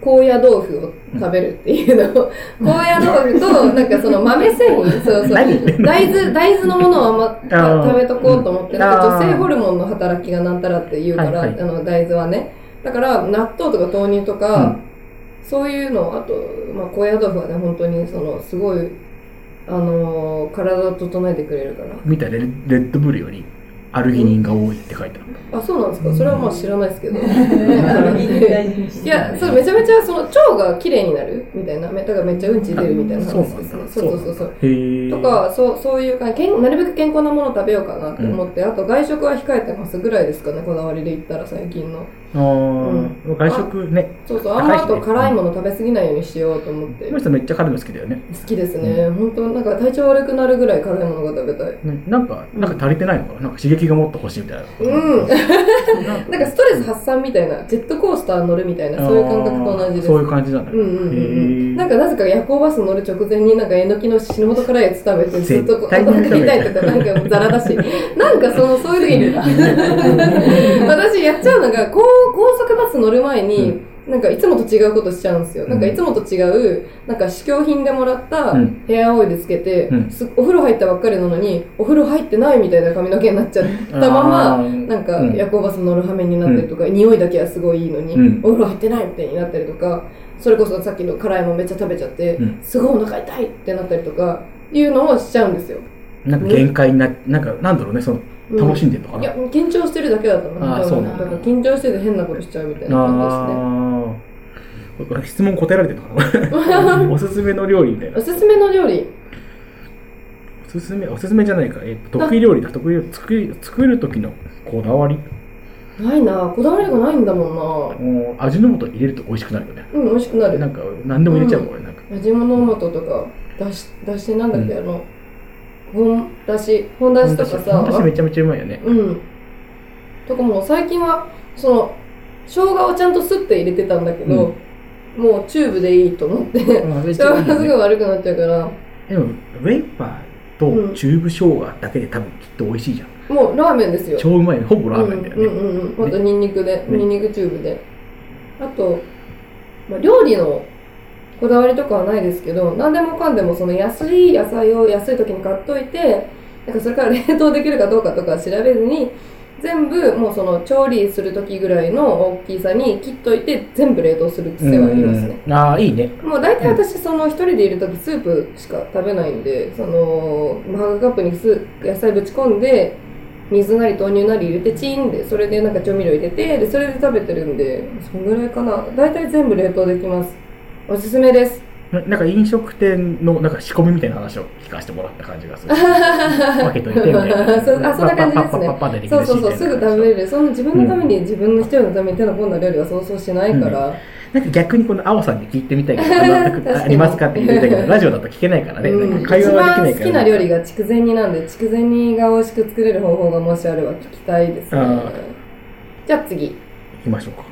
高野豆腐を食べるっていうのを、高野豆腐となんかその豆製品、そう大豆のものを食べとこうと思って、なんか女性ホルモンの働きがなんたらって言うから、大豆はね、だから納豆とか豆乳とか、そういうの、あと、高野豆腐はね、本当にすごい体を整えてくれるから。 見たレッドブルよりアルギニンが多いって書いてある。 あ、そうなんですか。それは知らないですけど。いや、そう、めちゃめちゃ腸が綺麗になるみたいな、だからめっちゃうんち出るみたいな話ですね。そう。とか、そういう感じ、なるべく健康なものを食べようかなって思って、あと外食は控えてますぐらいですかね、こだわりで言ったら最近の。 外食ね。 そう、あんまあと辛いもの食べ過ぎないようにしようと思って。 この人めっちゃ辛いの好きだよね。 好きですね。本当なんか体調悪くなるぐらい辛いものが食べたい。 なんか足りてないのかな、なんか刺激がもっと欲しいみたいな。 なんかストレス発散みたいな、ジェットコースター乗るみたいな、そういう感覚と同じです。 そういう感じなんだ。なんかなぜか夜行バス乗る直前になんかえのきの死ぬほど辛いやつ食べてずっとお腹痛いとかなんかザラだし、なんかそういう時に私やっちゃうのが高速バス乗る前に、なんかいつもと違うことしちゃうんですよ。なんかいつもと違う、なんか試供品でもらったヘアオイルつけて、お風呂入ったばっかりなのに、お風呂入ってないみたいな髪の毛になっちゃったまま、なんか夜行バス乗る羽目になったりとか、匂いだけはすごいいいのに、お風呂入ってないみたいになったりとか、それこそさっきの辛いもんめっちゃ食べちゃって、すごいお腹痛いってなったりとか、いうのをしちゃうんですよ。 なんか限界なんかなんだろうね、楽しんでるのかな。 いや、緊張してるだけだと思う。だから緊張してて変なことしちゃうみたいな感じですね。質問答えられてるのかな。おすすめの料理みたいな。 おすすめの料理。 おすすめじゃないか。得意料理だ。作る時のこだわり。 ないな、こだわりがないんだもんな。味の素入れると美味しくなるよね。 美味しくなる。 なんか何でも入れちゃうもんね。 味の素とかだしなんだっけ、本だしとかさ、 本だしめちゃめちゃうまいよね。 とかも最近は生姜をちゃんとすって入れてたんだけど、もうチューブでいいと思って生姜がすぐ悪くなっちゃうから。 でもウェイパーとチューブ生姜だけで多分きっと美味しいじゃん。 もうラーメンですよ。 超うまいね。ほぼラーメンだよね。 あとニンニクチューブで。あと料理のこだわりとかはないですけど、何でもかんでも安い野菜を安い時に買っといて、なんかそれから冷凍できるかどうかとか調べずに、全部もう調理する時ぐらいの大きさに切っといて全部冷凍する癖はありますね。 ああ、いいね。 もう大体私一人でいる時スープしか食べないんで、マグカップに野菜ぶち込んで水なり豆乳なり入れてチンで、それでなんか調味料入れてでそれで食べてるんで、そんぐらいかな。大体全部冷凍できます。おすすめです。 なんか飲食店のなんか仕込みみたいな話を聞かせてもらった感じがする。分けといてみたいな。 そんな感じですね。そうすぐ食べれる。そんな自分のために、自分の一人のために手の込んだ料理はそうそうしないから。 なんか逆にこの青さんに聞いてみたいけど、ありますかって言ってたけど、ラジオだと聞けないからね。会話はできないから。 一番好きな料理が筑前煮なんで、筑前煮が美味しく作れる方法がもしあれば聞きたいですね。じゃあ次。 行きましょうか。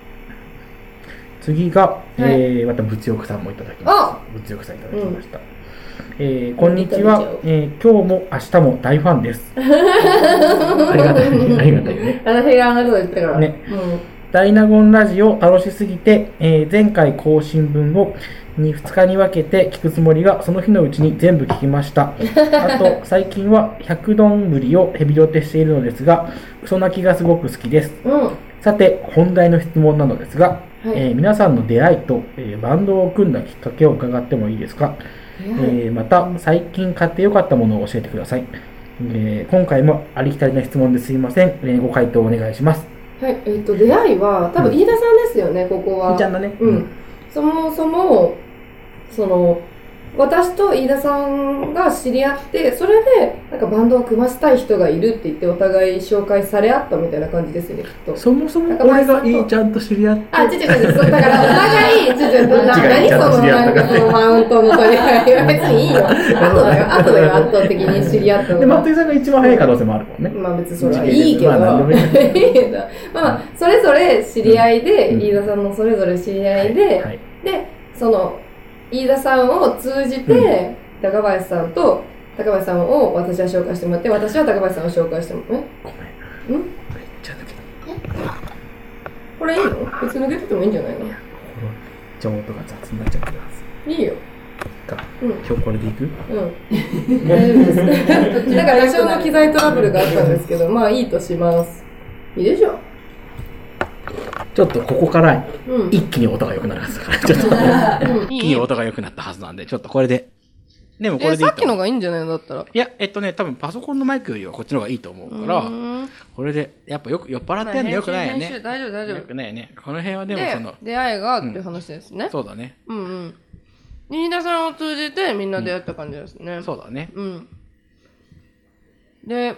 次が、また物欲さんもいただきました。物欲さんいただきました。こんにちは、今日も明日も大ファンです。ありがたいね。ありがたいね。 私があなたと言ったから。 ね。ダイナゴンラジオ楽しすぎて、前回更新分を2日に分けて聞くつもりが、その日のうちに全部聞きました。あと、最近は100丼ぶりをヘビロテしているのですが、嘘泣きがすごく好きです。さて、本題の質問なのですが、皆さんの出会いと、バンドを組んだきっかけを伺ってもいいですか？また、最近買ってよかったものを教えてください。今回もありきたりな質問ですいません。ご回答お願いします。 はい、出会いは、多分飯田さんですよね、ここは。 飯ちゃんだね。 そもそも、私と飯田さんが知り合って、それでなんかバンドを組ませたい人がいるって言ってお互い紹介され合ったみたいな感じですよね、きっと。 そもそも俺がいいちゃんと知り合って。 だからお互い、何そのなんかそのマウントの取り合いは別にいいよ。後で圧倒的に知り合ったのが。 で、松井さんが一番早い可能性もあるもんね。 まあ別にそれはいいけど。まあそれぞれ知り合いで、飯田さんのそれぞれ知り合いで、で、飯田さんを通じて、高林さんを私は紹介してもらって、私は高林さんを紹介してもらって。 ごめん。めっちゃ抜けた。 これいいの？別に抜けててもいいんじゃないの？ ちょ音が雑になっちゃってます。 いいよ。 か。今日これでいく？ 大丈夫です。だから多少の機材トラブルがあったんですけど、まあいいとします。いいでしょ。 ちょっとここから一気に音が良くなるはずだから、ちょっと一気に音が良くなったはずなんで、ちょっとこれで。でもこれでいいと思う。 さっきのがいいんじゃないのだったら。 いや、多分パソコンのマイクよりはこっちの方がいいと思うから、これで、やっぱよく酔っ払ってんのよくないよね。 大丈夫、大丈夫。 よくないよね。この辺はでもその。 出会いがっていう話ですね。 そうだね。 新田さんを通じてみんな出会った感じですね。 そうだね。 で、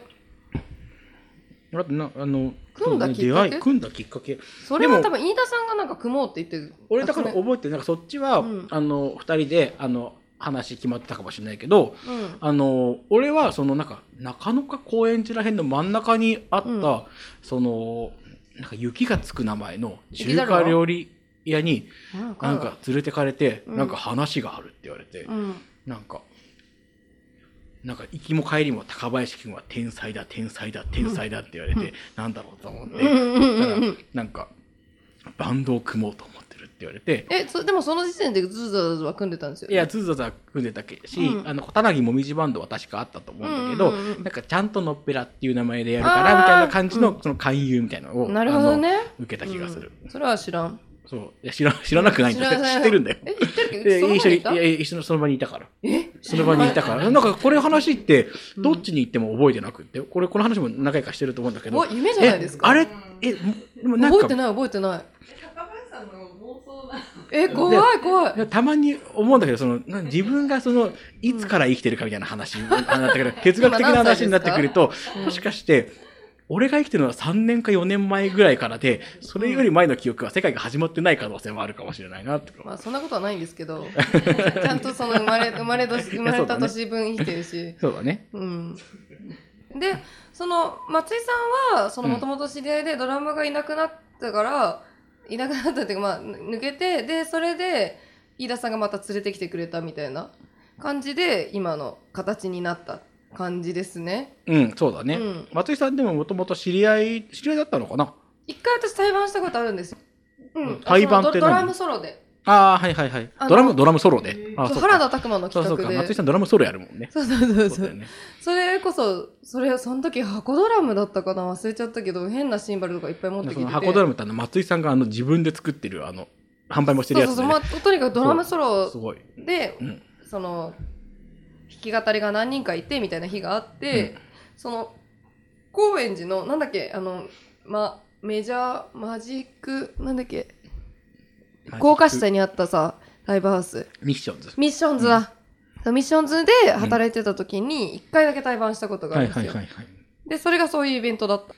組んだきっかけ。 それは多分飯田さんがなんか組もうって言ってる。 俺だから覚えてる。なんかそっちは、二人で、話決まってたかもしれないけど、俺はそのなんか中野か高円寺ら辺の真ん中にあった、そのなんか雪がつく名前の中華料理屋になんか連れてかれて、なんか話があるって言われて、なんか行きも帰りも高林くんは天才だ天才だ天才だって言われて、なんだろうと思って、だからなんかバンドを組もうと思ってるって言われて、 でもその時点でズーザーズは組んでたんですよ、ね。 いやズーザーズは組んでたし、小柳もみじバンドは確かあったと思うんだけど、なんかちゃんとのっぺらっていう名前でやるからみたいな感じのその勧誘みたいなのを、 なるほどね、 受けた気がする。 それは知らん。 そう。いや、知らなくないんだよ。知ってるんだよ。 知ってるけど、 一緒にその場にいたから。その場にいたから。なんか、これ話って、どっちに行っても覚えてなくって、この話も何回かしてると思うんだけど。 夢じゃないですか。 あれでもなんか。 覚えてない。高林さんの妄想怖い。 たまに思うんだけど、自分がいつから生きてるかみたいな話になったけど、哲学的な話になってくると、もしかして、俺が生きてるのは3年か4年前ぐらいからで、それより前の記憶は世界が始まってない可能性もあるかもしれないなって。 まあそんなことはないんですけど、ちゃんと生まれた年分生きてるし。 そうだね。 で、松井さんは、もともと知り合いでドラムがいなくなったっていうか、まあ抜けて、で、それで、飯田さんがまた連れてきてくれたみたいな感じで、今の形になった感じですね。 そうだね。松井さんでももともと知り合いだったのかな。 一回私対バンしたことあるんですよ。 対バンって何？ ドラムソロで。 はい。ドラムソロで。 原田拓馬の企画で。 そうか。松井さんドラムソロやるもんね。 そう。それこそ、その時箱ドラムだったかな忘れちゃったけど、変なシンバルとかいっぱい持ってきてて。 箱ドラムって松井さんが自分で作ってる販売もしてるやつで。 とにかくドラムソロで、弾き語りが何人かいてみたいな日があって、高円寺の、なんだっけ、メジャー、マジック、なんだっけ、高架下にあったさ、ライブハウス。 ミッションズだ。 ミッションズで働いてた時に、一回だけ対バンしたことがあるんですよ。で、それがそういうイベントだった。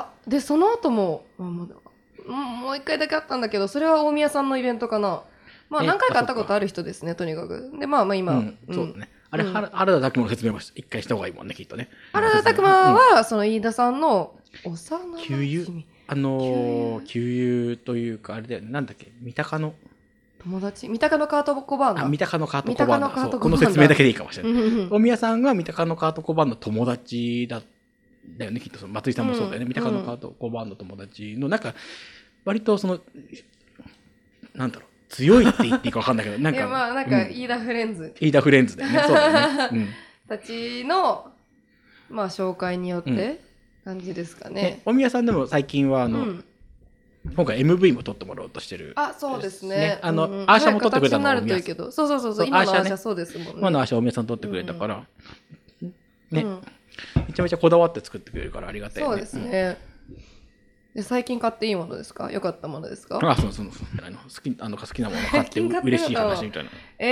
で、その後も、もう一回だけあったんだけど、それは大宮さんのイベントかな。何回か会ったことある人ですね、とにかく。で、今。 そうだね。あれ、原田拓馬の説明も一回した方がいいもんね、きっとね。 原田拓馬は、飯田さんの幼馴染。旧友というか、あれだよね、なんだっけ、三鷹の友達、三鷹のカートコバンド。 三鷹のカートコバンド。この説明だけでいいかもしれない。大宮さんが三鷹のカートコバンドの友達だよね、きっと。松井さんもそうだよね。三鷹のカートコバンドの友達の、なんか、割となんだろう。強いって言っていいか分かんないけど、なんか。 飯田フレンズ。 飯田フレンズだよね。そうだよね。 たちの、紹介によって、感じですかね。 大宮さんでも最近は、今回 MV も撮ってもらおうとしてる。 そうですね。 アーシャも撮ってくれたの。 大宮さん。そう。今のアーシャそうですもんね。 今のアーシャ大宮さん撮ってくれたから、ね。めちゃめちゃこだわって作ってくれるからありがたいね。 そうですね。で、最近買っていいものですか？良かったものですか？ そう。好きなもの買って嬉しい話みたいな。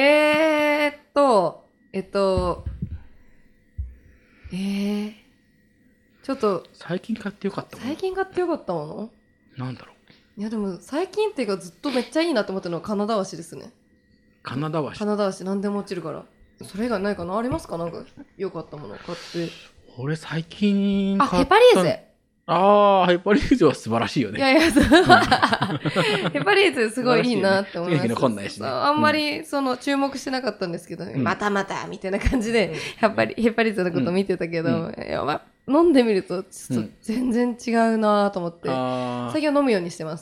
ちょっと。 最近買ってよかったものなんだろう。いやでも最近っていうかずっとめっちゃいいなって思ってるのは金田橋ですね。 金田橋何でも落ちるから。それ以外ないかな？ありますか？なんか良かったもの買って。 俺最近買った。ヘパリーゼ。 ヘパリーゼは素晴らしいよね。 ヘパリーゼすごいいいなって思いました。あんまり注目してなかったんですけど、またみたいな感じで、ヘパリーゼのこと見てたけど、飲んでみるとちょっと全然違うなと思って、最近は飲むようにしてますね。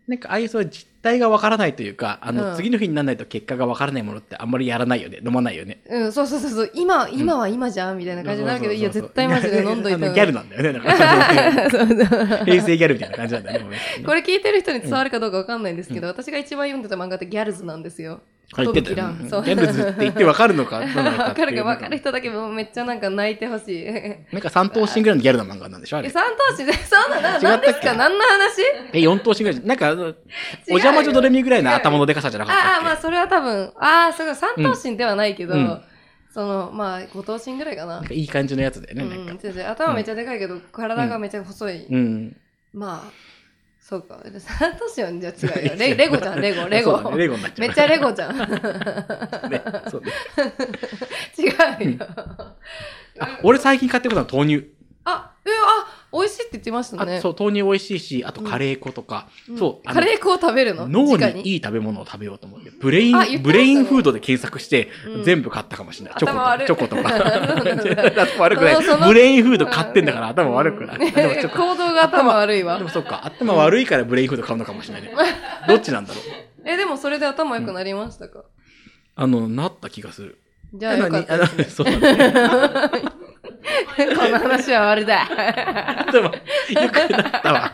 なんかああいうそういう実態がわからないというか、 うん次の日にならないと結果がわからないものってあんまりやらないよね。飲まないよね。 うん、そうそうそうそう、今は今じゃんみたいな感じになるけど、いや、絶対マジで飲んどいた方がギャルなんだよね。だからそうそう平成ギャルみたいな感じなんだよね。 これ聞いてる人に伝わるかどうかわかんないんですけど、私が一番読んでた漫画ってギャルズなんですよ。 言ってたよ。 飛び切らんそうギャルズって言ってわかるのかどうなのかわっていうかるかわかる人だけもうめっちゃなんか泣いてほしい。 なんか3頭身ぐらいのギャルな漫画なんでしょあれ。 三頭身で、そうなの何ですか何の話 4頭身ぐらい。なんか、お邪魔女ドレミぐらいの頭のでかさじゃなかったっけ。 ああ、まあそれは多分、そうか、三頭身ではないけど、まあ、5頭身ぐらいかな。 なんかいい感じのやつだよね。なんか。 頭めっちゃでかいけど、体がめっちゃ細い。まあ、そうか。三頭身はじゃあ違うよ。レゴじゃん、レゴ。 そうだねレゴになっちゃう。 めっちゃレゴじゃん。 ね、そうね。 違うよ。 俺最近買ってくるのは豆乳。 美味しいって言ってましたね。 そう、豆乳美味しいし、あとカレー粉とか。そう。 カレー粉を食べるの脳にいい食べ物を食べようと思って。ブレインフードで検索して、全部買ったかもしれない。チョコとか。頭悪くない。ブレインフード買ってんだから頭悪くない。 行動が頭悪いわ。 でもそっか、頭悪いからブレインフード買うのかもしれないね。どっちなんだろう。 でもそれで頭良くなりましたか？ なった気がする。 じゃあよかったですね。 そうだね。 この話は終わりだ。 でも、よくなったわ。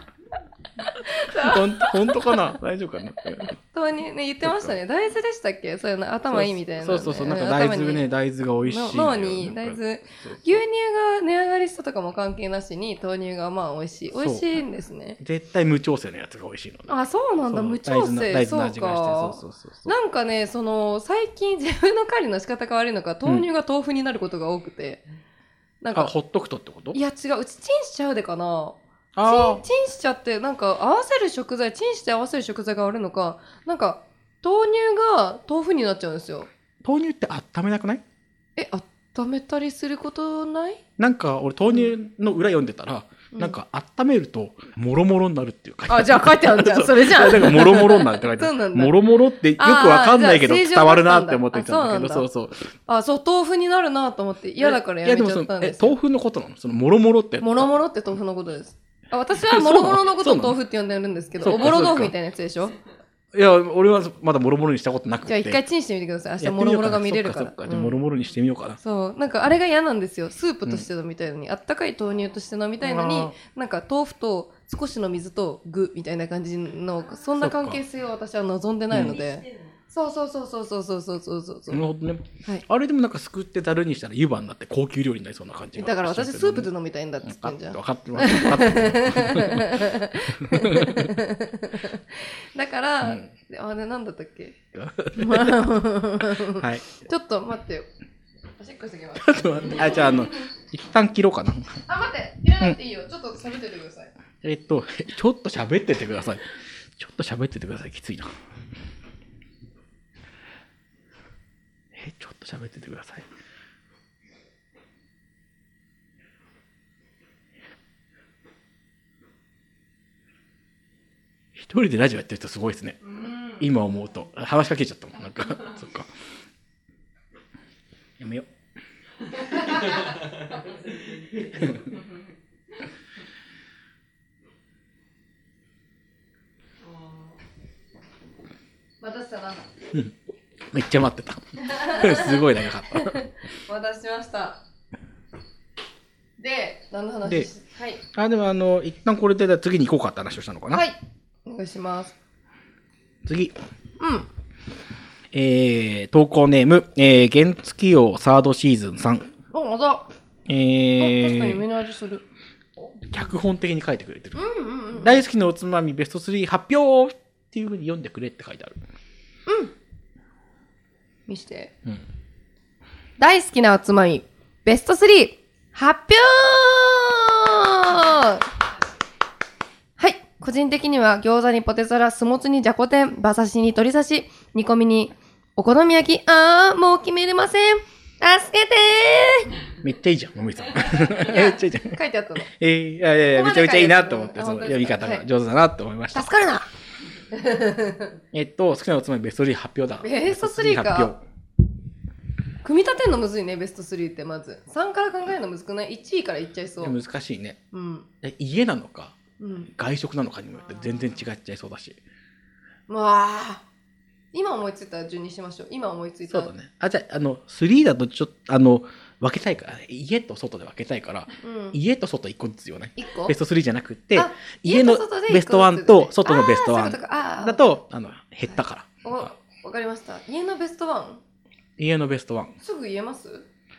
本当かな大丈夫かな豆乳ね、言ってましたね。大豆でしたっけ？そういうの頭いいみたいな。 そう。なんか大豆ね、大豆が美味しい。 脳に大豆。牛乳が値上がりしたとかも関係なしに、豆乳がまあ美味しい。美味しいんですね。 絶対無調整のやつが美味しいのね。 あ、そうなんだ。無調整。 大豆の味がして。そう。 なんかね、最近自分の管理の仕方が悪いのか、豆乳が豆腐になることが多くて。なんかほっとくとってこと？ いや違う。うちチンしちゃうでかな。チンしちゃって、なんかチンして合わせる食材が悪いのか、なんか豆乳が豆腐になっちゃうんですよ。 豆乳って温めなくない？ 温めたりすることない？ なんか俺豆乳の裏読んでたら、なんか温めるともろもろになるっていう書いてある。 じゃあ書いてあるじゃん。それじゃん。 なんかもろもろになるって書いてある。もろもろってよくわかんないけど伝わるなって思ってたんだけど、そう。 そう、豆腐になるなと思って嫌だからやめちゃったんですよ。 豆腐のことなの？そのもろもろって。 もろもろって豆腐のことです。私はもろもろのことを豆腐って呼んでるんですけど、おぼろ豆腐みたいなやつでしょ？ いや、俺はまだもろもろにしたことなくて。 じゃあ一回チンしてみてください。明日もろもろが見れるから。 そっか。じゃあもろもろにしてみようかな。 そう。なんかあれが嫌なんですよ。スープとして飲みたいのに、あったかい豆乳として飲みたいのに、なんか豆腐と少しの水と具みたいな感じの、そんな関係性を私は望んでないので。そう。 なるほどね。あれでもなんかすくってざるにしたら湯葉になって高級料理になりそうな感じが。 だから私スープで飲みたいんだって言ってんじゃん。 分かってだから、あれなんだったっけ？ はい。 ちょっと待ってよ。おしっこしてきます。 ちょっと待って。じゃあ一旦切ろうかな。 待って。切らなくていいよ。ちょっと喋っててください。 ちょっと喋っててください。きついな。ちょっと喋っててください。一人でラジオやってる人すごいですね。今思うと。話しかけちゃったもん。なんか、そっか。やめよう。 渡したな。 めっちゃ待ってた。すごい長かった。 渡しました。で、何の話で、 はい。 でも一旦これで次に行こうかって話をしたのかな。 はい。お願いします。 次。投稿ネーム、原付用サードシーズン3。 まだ。確かに目の味する。 脚本的に書いてくれてる。大好きなおつまみベスト3発表っていう風に読んでくれって書いてある。 見して。大好きなおつまみベスト3発表。はい。個人的には餃子にポテサラ、スモツにじゃこ天、馬刺しに鶏刺し、煮込みにお好み焼き。もう決めれません。助けてめっちゃいいじゃん、もみさん。めっちゃいいじゃん。 書いてあったの。 いや、めちゃめちゃいいなと思って、その読み方が上手だなと思いました。 助かるな。 好きなおつまみベスト3発表だ。 ベスト3か。組み立てるのむずいね、ベスト3ってまず。3から考えるのむずくない？ 1 位からいっちゃいそう。 難しいね。家なのか、外食なのかにもよって全然違っちゃいそうだし。 まあ、今思いついたら順にしましょう。今思いついた。 そうだね。じゃあ、3だとちょっと、分けたいから、家と外で分けたいから、家と外1個ずつよね。 1個ベスト3じゃなくて、 家のと外でベスト1と外のベスト1だと、減ったから。 わかりました。家のベスト 1？ 家のベスト1。 すぐ言えます？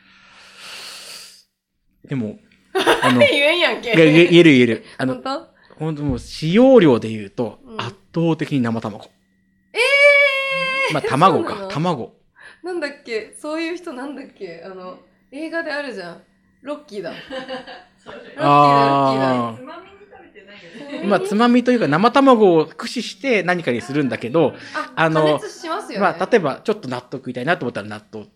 でも、 言えんやんけ。 言える。 本当もう使用量で言うと、圧倒的に生卵。まあ、卵か、卵。 なんだっけ、そういう人なんだっけ、映画であるじゃん。ロッキーだ。ロッキーだ。 つまみに食べてないよね。 まあ、つまみというか生卵を駆使して何かにするんだけど、 加熱しますよね。 まあ、例えばちょっと納豆食いたいなと思ったら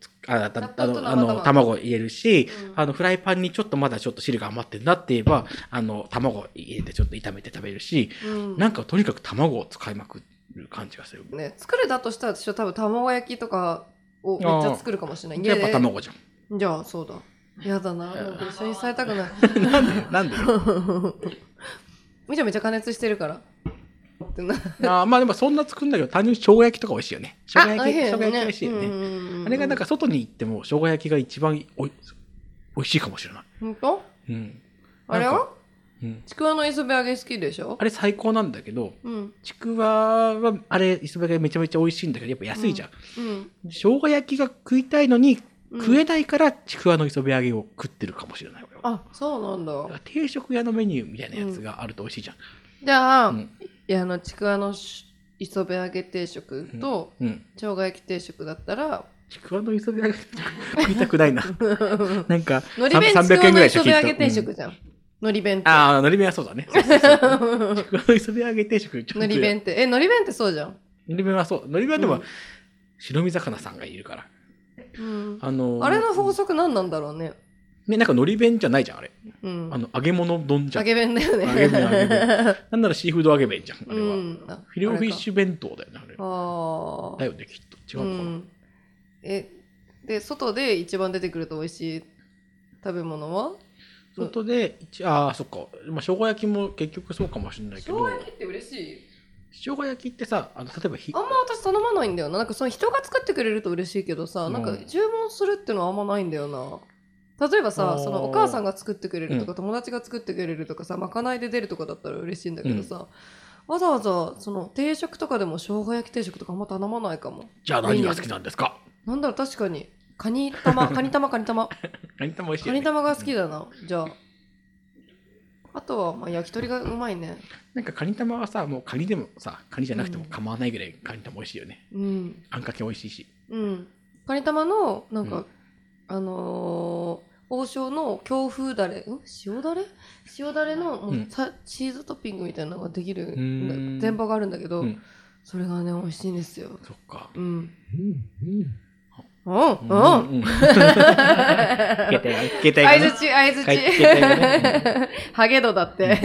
卵入れるし、フライパンにちょっとまだちょっと汁が余ってるなって言えば、卵入れてちょっと炒めて食べるし、なんかとにかく卵を使いまくる感じがする。 ね、作るだとしたら私は多分卵焼きとかをめっちゃ作るかもしれない。 やっぱ卵じゃん。 じゃあ、そうだ。やだな。なんか一緒にされたくない。 なんでめちゃめちゃ加熱してるから。 まあでもそんな作んないけど、単純に生姜焼きとか美味しいよね。生姜焼き美味しいよね。あれがなんか外に行っても生姜焼きが一番美味しいかもしれない。 本当？あれはちくわの磯辺揚げ好きでしょ？あれ最高なんだけど、ちくわはあれ磯辺揚げめちゃめちゃ美味しいんだけど、やっぱ安いじゃん。生姜焼きが食いたいのに食えないからちくわの磯辺揚げを食ってるかもしれない。 あ、そうなんだ。 定食屋のメニューみたいなやつがあると美味しいじゃん。 じゃあ、ちくわの磯辺揚げ定食と生姜焼き定食だったら、 ちくわの磯辺揚げ食いたくないな。なんか海苔弁 300円ぐらいしか磯辺揚げ定食じゃん。海苔弁って。 海苔弁はそうだね。ちくわの磯辺揚げ定食。 海苔弁って。海苔弁ってそうじゃん。 海苔弁はそう。海苔弁はでも、白身魚さんがいるから。 あれの法則何なんだろうね。 なんか海苔弁じゃないじゃん、あれ。揚げ物丼じゃん。 揚げ弁だよね。 揚げ弁。なんならシーフード揚げ弁じゃん、あれは。フィレオフィッシュ弁当だよね、あれ。だよね、きっと。違うかな。 で、外で一番出てくると美味しい食べ物は？ 外で、そっか。まあ、生姜焼きも結局そうかもしれないけど。 生姜焼きって嬉しい？ 生姜焼きってさ、例えばあんま私頼まないんだよな。なんかその人が作ってくれると嬉しいけどさ、なんか注文するってのはあんまないんだよな。例えばさ、そのお母さんが作ってくれるとか、友達が作ってくれるとかさ、まかないで出るとかだったら嬉しいんだけどさ、わざわざその定食とかでも生姜焼き定食とかあんま頼まないかも。 じゃあ何が好きなんですか？ なんだろう、確かにカニ玉美味しいよね。カニ玉が好きだな。じゃああとはまあ焼き鳥がうまいね。 なんかカニ玉はさ、もうカニでもさ、カニじゃなくても構わないぐらいカニ玉美味しいよね。あんかけ美味しいし。 カニ玉のなんか、王将の京風だれ、塩だれのもうチーズトッピングみたいなのができる全場があるんだけど、それがね美味しいんですよ。 そっか。 相づちハゲドだって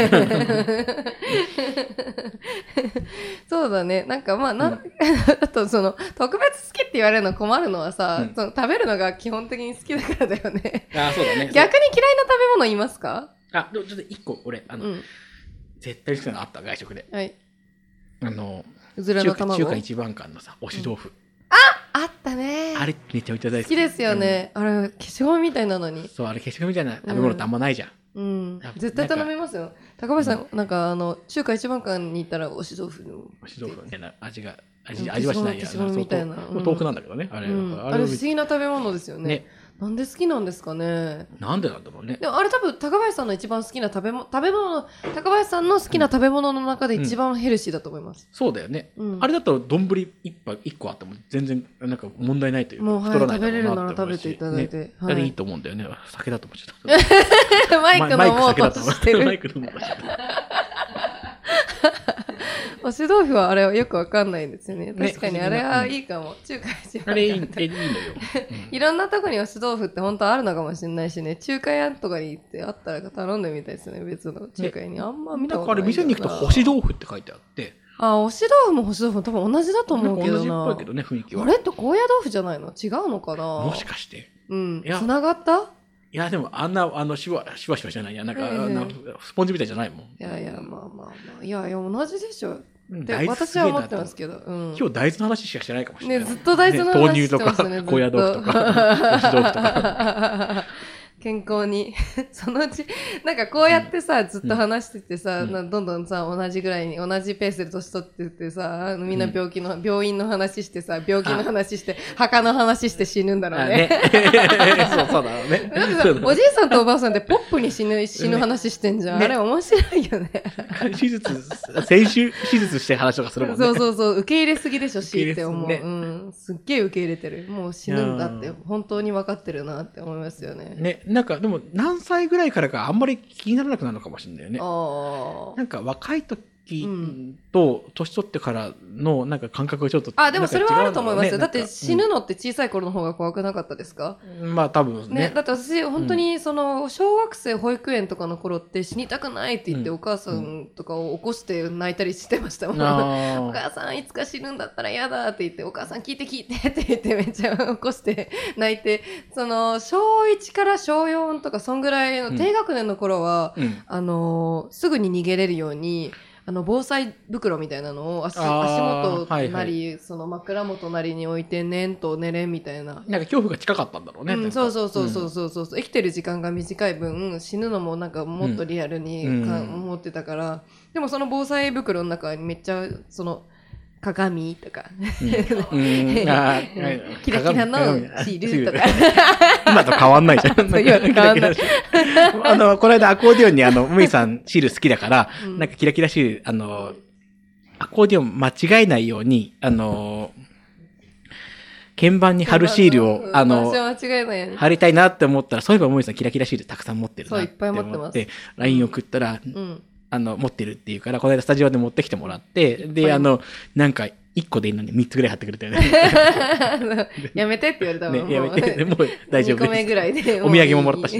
そうだね。なんかまああとその特別好きって言われるの困るのはさ、その食べるのが基本的に好きだからだよね。 そうだね。 逆に嫌いな食べ物いますか？ でもちょっと一個俺絶対好きなのあった。外食で。 うずらの卵。 中華一番館のさ、押し豆腐。 あったね。 あれめちゃめちゃ大好き。 好きですよね。あれ消しゴムみたいなのに。 そう、あれ消しゴムみたいな食べ物ってあんまないじゃん。絶対頼みますよ。高橋さん、なんか中華一番館に行ったら押し豆腐の。 押し豆腐みたいな味はしないや。 消しゴムみたいな。 豆腐なんだけどね。あれ不思議な食べ物ですよね。なんで好きなんですかね。 なんでなんだろうね。 でもあれ多分高林さんの一番好きな食べ物、高林さんの好きな食べ物の中で一番ヘルシーだと思います。 そうだよね。あれだと丼1個あっても全然なんか問題ないというか、 もう食べれるなら食べていただいて。 あれいいと思うんだよね。酒だと思っちゃった。 マイク飲もうとしてる。 マイク飲もうとしてる。 押し豆腐はあれはよくわかんないんですよね。確かにあれはいいかも。中華一番。 あれいいのよ。 いろんなとこに押し豆腐って本当あるのかもしれないしね。中華屋とかに行ってあったら頼んでみたいですね。別の中華屋に。あんま見たことない。 あれ店に行くと干し豆腐って書いてあって。 押し豆腐も干し豆腐も多分同じだと思うけどな。 同じっぽいけどね、雰囲気は。 あれって高野豆腐じゃないの？違うのかな？ もしかして。 繋がった？ いや、でもあんな、シュワシュワじゃないや。なんか、スポンジみたいじゃないもん。 いや、まあ。いや、同じでしょ。 で私は思ってますけど、 今日大豆の話しかしてないかもしれない。 ね、ずっと大豆の話してますね。 豆乳とか、高野豆腐とか、干し豆腐とか。 健康に。そのうち、なんかこうやってさ、ずっと話しててさ、どんどんさ、同じぐらいに、同じペースで年取ってってさ、みんな病院の話してさ、病気の話して、墓の話して死ぬんだろうね。 そうだろうね。 だってさ、おじいさんとおばあさんってポップに死ぬ話してんじゃん。あれ面白いよね。 先週手術して話とかするもんね。 そう、受け入れすぎでしょ、死って思う。すっげえ受け入れてる。もう死ぬんだって、本当に分かってるなって思いますよね。 ね。なんか、でも、何歳ぐらいからかあんまり気にならなくなるのかもしれないよね。なんか、若い時と、年取ってからの、なんか感覚がちょっと、 でもそれはあると思いますよ。だって死ぬのって小さい頃の方が怖くなかったですか？ まあ、多分ね。 だって私、本当に、小学生保育園とかの頃って死にたくないって言って、お母さんとかを起こして泣いたりしてましたもん。お母さんいつか死ぬんだったら嫌だって言って、お母さん聞いてって言ってめっちゃ起こして泣いて、小1から小4とかそんぐらいの低学年の頃は、すぐに逃げれるように、防災袋みたいなのを足元なり、枕元なりに置いて寝れんみたいな。 なんか恐怖が近かったんだろうね。 そう。生きてる時間が短い分、死ぬのもなんかもっとリアルに思ってたから、でもその防災袋の中にめっちゃ、鏡とか、キラキラのシールとか。 今と変わんないじゃん。今と変わんない。この間アコーディオンにむいさんシール好きだから、なんかキラキラシール、アコーディオン間違えないように、鍵盤に貼るシールを、貼りたいなって思ったら、そういえばむいさんキラキラシールたくさん持ってるなって思って。そう、いっぱい持ってます。LINE 送ったら、持ってるっていうから、この間スタジオで持ってきてもらって、で、なんか、1個でいいのに3つぐらい貼ってくれたよね。 やめてって言われたもん。 ね、やめて。もう大丈夫です。 2個目ぐらいで。 お土産ももらったし。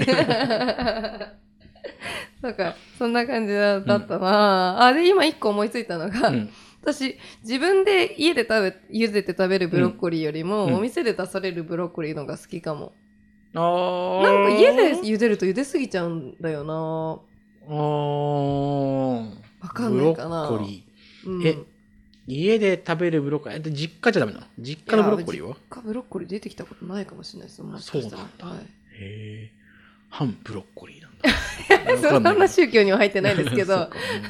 そうか、そんな感じだったな。で、今1個思いついたのが、私、自分で家で茹でて食べるブロッコリーよりも、お店で出されるブロッコリーのが好きかも。なんか家で茹でると茹ですぎちゃうんだよな。わかんないかな。 ブロッコリー。家で食べるブロッコリー。実家じゃダメなの？実家のブロッコリーは？ 実家ブロッコリー出てきたことないかもしれないです。 そうなんだ。へぇ。反ブロッコリーなんだ。 そんな宗教には入ってないですけど。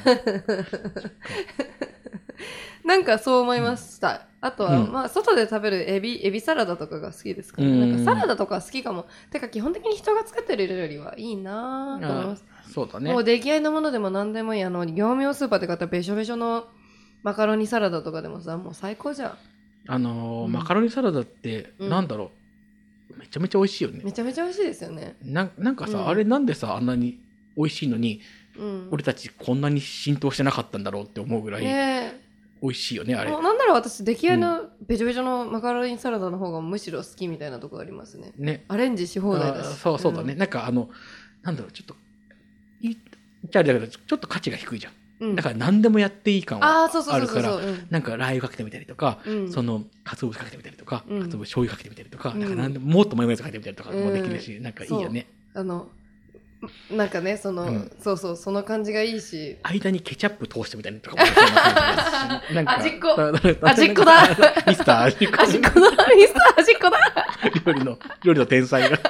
なんかそう思いました。あとは、まあ、外で食べるエビサラダとかが好きですからね。なんかサラダとか好きかも。てか基本的に人が作ってるよりはいいなぁと思います。 そうだね。 もう出来合いのものでも何でもいい。業務用スーパーで買ったべしょべしょのマカロニサラダとかでもさ、もう最高じゃん。 マカロニサラダって、なんだろう。めちゃめちゃ美味しいよね。 めちゃめちゃ美味しいですよね。 なんかさ、あれなんでさ、あんなに美味しいのに、俺たちこんなに浸透してなかったんだろうって思うぐらい、美味しいよね、あれ。 なんなら私、出来合いのべちょべちょのマカロニサラダの方がむしろ好きみたいなとこありますね。ね。アレンジし放題だし。 そうだね。なんかなんだろう、ちょっと、言っちゃあれだけど、ちょっと価値が低いじゃん。だから何でもやっていい感はあるから、なんかラー油かけてみたりとか、鰹節かけてみたりとか、鰹節醤油かけてみたりとか、なんか何でももっとマヨネーズかけてみたりとかもできるし、なんかいいよね。 なんかね、その感じがいいし。 間にケチャップ通してみたりとかもできるし。 味っ子。味っ子だ。 ミスター味っ子。 味っ子だ。ミスター味っ子だ。 料理の天才が。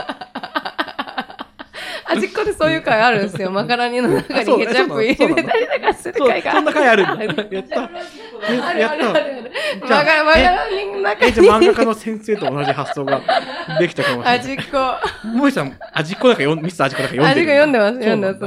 味っ子でそういう回あるんですよ。マカロニの中にケチャップ入れたりとかする回が。 そんな回あるんだ。やった。 やった。マカロニの中に。 じゃあ漫画家の先生と同じ発想ができたかもしれない。 味っ子。 もえさん、味っ子なんかミスター味っ子なんか読んでる。 味っ子読んでます。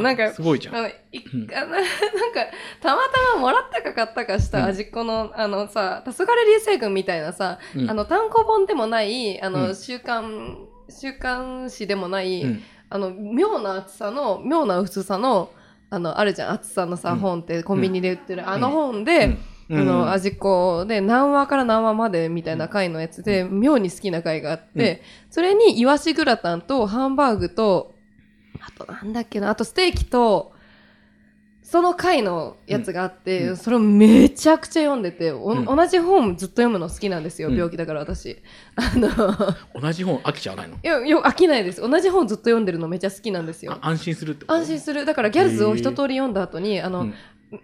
なんか、 すごいじゃん。 なんか、たまたまもらったか買ったかした味っ子の、黄昏流星群みたいなさ、単行本でもない、週刊誌でもない、妙な厚さの、妙な薄さの、あるじゃん、厚さのさ、本ってコンビニで売ってる、本で、味っ子で何話から何話までみたいな回のやつで、妙に好きな回があって、それにイワシグラタンとハンバーグと、あとなんだっけな、あとステーキと、その回のやつがあって、それをめちゃくちゃ読んでて、同じ本ずっと読むの好きなんですよ、病気だから私。 同じ本飽きちゃわないの？ いや、飽きないです。同じ本ずっと読んでるのめちゃ好きなんですよ。 安心するってこと？ 安心する。だからギャルズを一通り読んだ後に、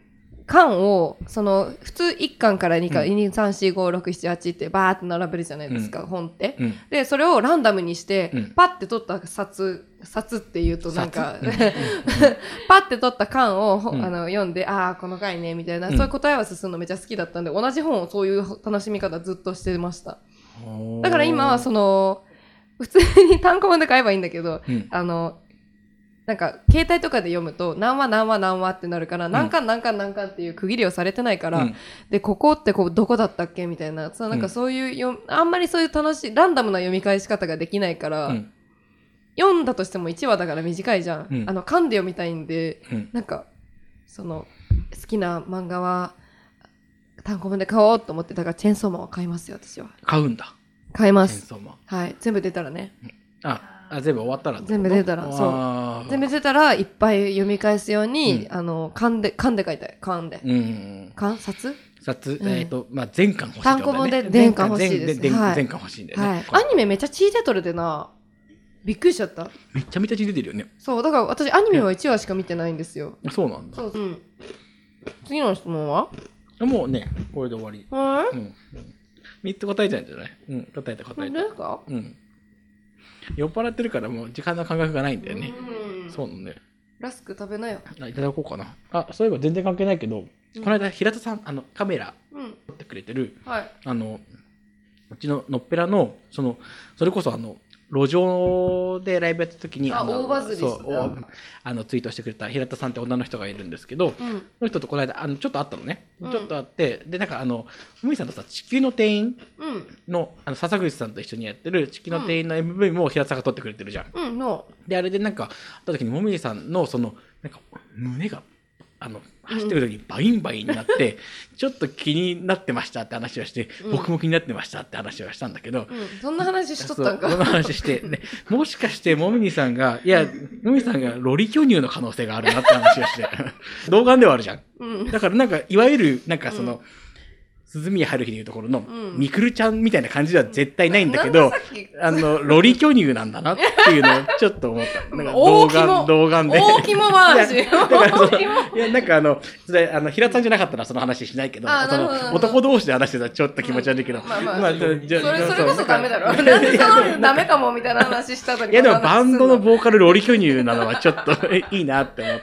巻をその普通1巻から2巻、2、3、4、5、6、7、8ってバーって並べるじゃないですか、本って、でそれをランダムにして、パッて取った冊っていうとなんかパッて取った巻を、読んで、ああこの回ねみたいな、そういう答え合わせするのめっちゃ好きだったんで、同じ本をそういう楽しみ方ずっとしてました。だから今はその普通に単行本で買えばいいんだけど、なんか携帯とかで読むと何話何話何話ってなるから、何巻何巻何巻っていう区切りをされてないから、でここってどこだったっけみたいな、なんかそういうあんまりそういう楽しいランダムな読み返し方ができないから、読んだとしても1話だから短いじゃん、噛んで読みたいんで、なんかその好きな漫画は単行本で買おうと思って、だからチェーンソーマンは買いますよ私は。 買うんだ。 買います。 チェーンソーマン。 はい、全部出たらね。 全部終わったら全部出たら、そう全部出たらいっぱい読み返すように、噛んで書いたい。噛んで冊まあ全巻欲しい、 単行本で全巻欲しいです。 全巻欲しいんだよね。 アニメめっちゃ血出とるでな、びっくりしちゃった。 めちゃめちゃ血出てるよね。 そうだから私アニメは1話しか見てないんですよ。 そうなんだ。 次の質問はもうねこれで終わり。3つ答えちゃうんじゃない？答えた。 本当ですか？ 酔っ払ってるからもう時間の感覚がないんだよね。そうなんだよ。 ラスク食べなよ。 いただこうかな。そういえば全然関係ないけど、この間平田さんカメラ撮ってくれてる、うちののっぺらのそれこそ路上でライブやった時に大バズりしてたツイートしてくれた平田さんって女の人がいるんですけど、その人とこの間ちょっと会ったのね、ちょっと会って、でなんかもみさんとさ地球の店員の笹口さんと一緒にやってる地球の店員の MV も平田さんが撮ってくれてるじゃん。であれでなんか会った時にもみさんのなんか胸が走ってる時にバインバインになって、ちょっと気になってましたって話をして、僕も気になってましたって話をしたんだけど、 そんな話しとったんか。 そんな話して、ね、もしかしてもみにさんがロリ巨乳の可能性があるなって話をして、童顔ではあるじゃん。だからなんかいわゆるなんか鈴宮春日でいうところのみくるちゃんみたいな感じでは絶対ないんだけど、ロリ巨乳なんだなっていうのをちょっと思った。なんか童顔で。 大肝話。 いや、なんか平田さんじゃなかったらその話しないけど、男同士で話してたらちょっと気持ち悪いけど。 それこそダメだろ。なんでダメかもみたいな話した時に。 いやでもバンドのボーカルロリ巨乳なのはちょっといいなって思った。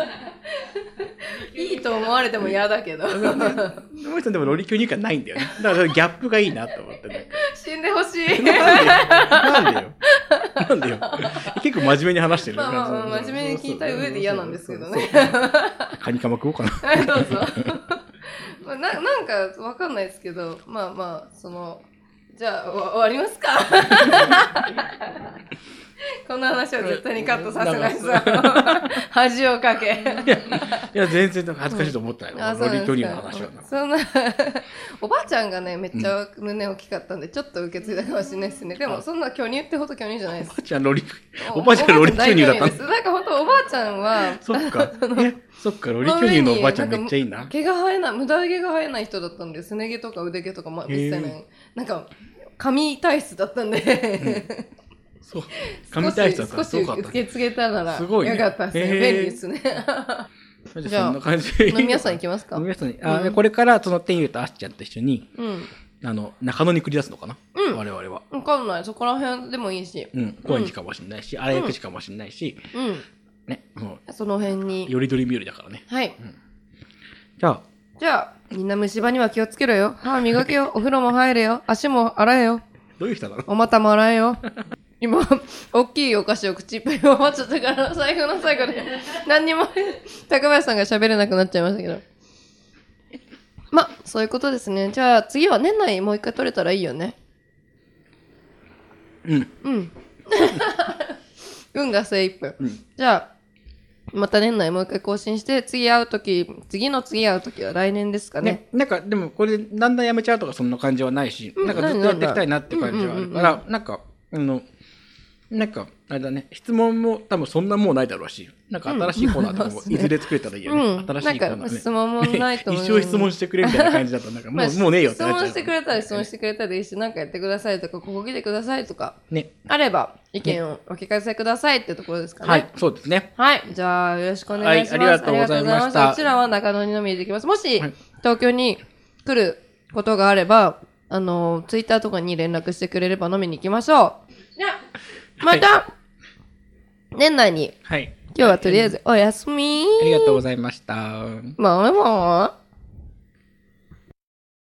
いいと思われても嫌だけど。 もさんでもロリ巨乳感ないんだよね。だからギャップがいいなと思ってね。 死んでほしい。 なんでよ。結構真面目に話してる。 真面目に聞いた上で嫌なんですけどね。 カニカマ食おうかな。 どうぞ。なんかわかんないですけど、まあじゃあ終わりますか。この話は絶対にカットさせないさ。恥をかけ。 いや全然恥ずかしいと思ったよ。ロリ巨乳の話は。 そんなおばあちゃんがねめっちゃ胸大きかったんでちょっと受け継いだかもしれないですね。でもそんな巨乳ってほど巨乳じゃないです。 おばあちゃんロリ巨乳だったの。 なんか本当おばあちゃんはそっかロリ巨乳のおばあちゃんめっちゃいいな。 毛が生えない無駄毛が生えない人だったんで、すね毛とか腕毛とか一切ない。なんか髪体質だったんで。 そう。髪体質だったら少し受け継げたならすごいね。 よかったですね。便利ですね。 じゃあそんな感じ。 飲み屋さん行きますか？ 飲み屋さんに。これからその天佑とアシちゃんと一緒に、中野に繰り出すのかな？我々は。 わかんない。そこら辺でもいいし。 高円寺かもしれないし、荒井口かもしれないし、ね、 その辺に。 よりどり日和だからね。 はい。 じゃあ、みんな虫歯には気をつけろよ。歯磨けよ。お風呂も入れよ。足も洗えよ。 どういう人なの？ お股も洗えよ。今、大きいお菓子を口いっぱいを待っちゃったから、財布の最後で何にも高林さんが喋れなくなっちゃいましたけど。そういうことですね。じゃあ次は年内もう一回撮れたらいいよね。運が精一杯。じゃあ、また年内もう一回更新して、次の次会うときは来年ですかね。 なんかでもこれだんだんやめちゃうとかそんな感じはないし、なんかずっとやっていきたいなって感じはあるから、なんかなんか、あれだね、質問も多分そんなもうないだろうし、なんか新しいコーナーとかもいずれ作れたらいいよね。新しいコーナーね。 なんか質問もないと思う。 一生質問してくれみたいな感じだと、なんかもうねえよってなっちゃう。 質問してくれたら質問してくれたらいいし、なんかやってくださいとか、ここ来てくださいとか、 ね。 あれば意見をお聞かせくださいってところですかね。 はい、そうですね。 はい。じゃあ、よろしくお願いします。 はいありがとうございました。 こちらは中野に飲みにできます。もし、東京に来ることがあれば、ツイッターとかに連絡してくれれば飲みに行きましょう。じゃあ、また、年内に、 はい。 今日はとりあえずおやすみ。 ありがとうございました。 もうもう。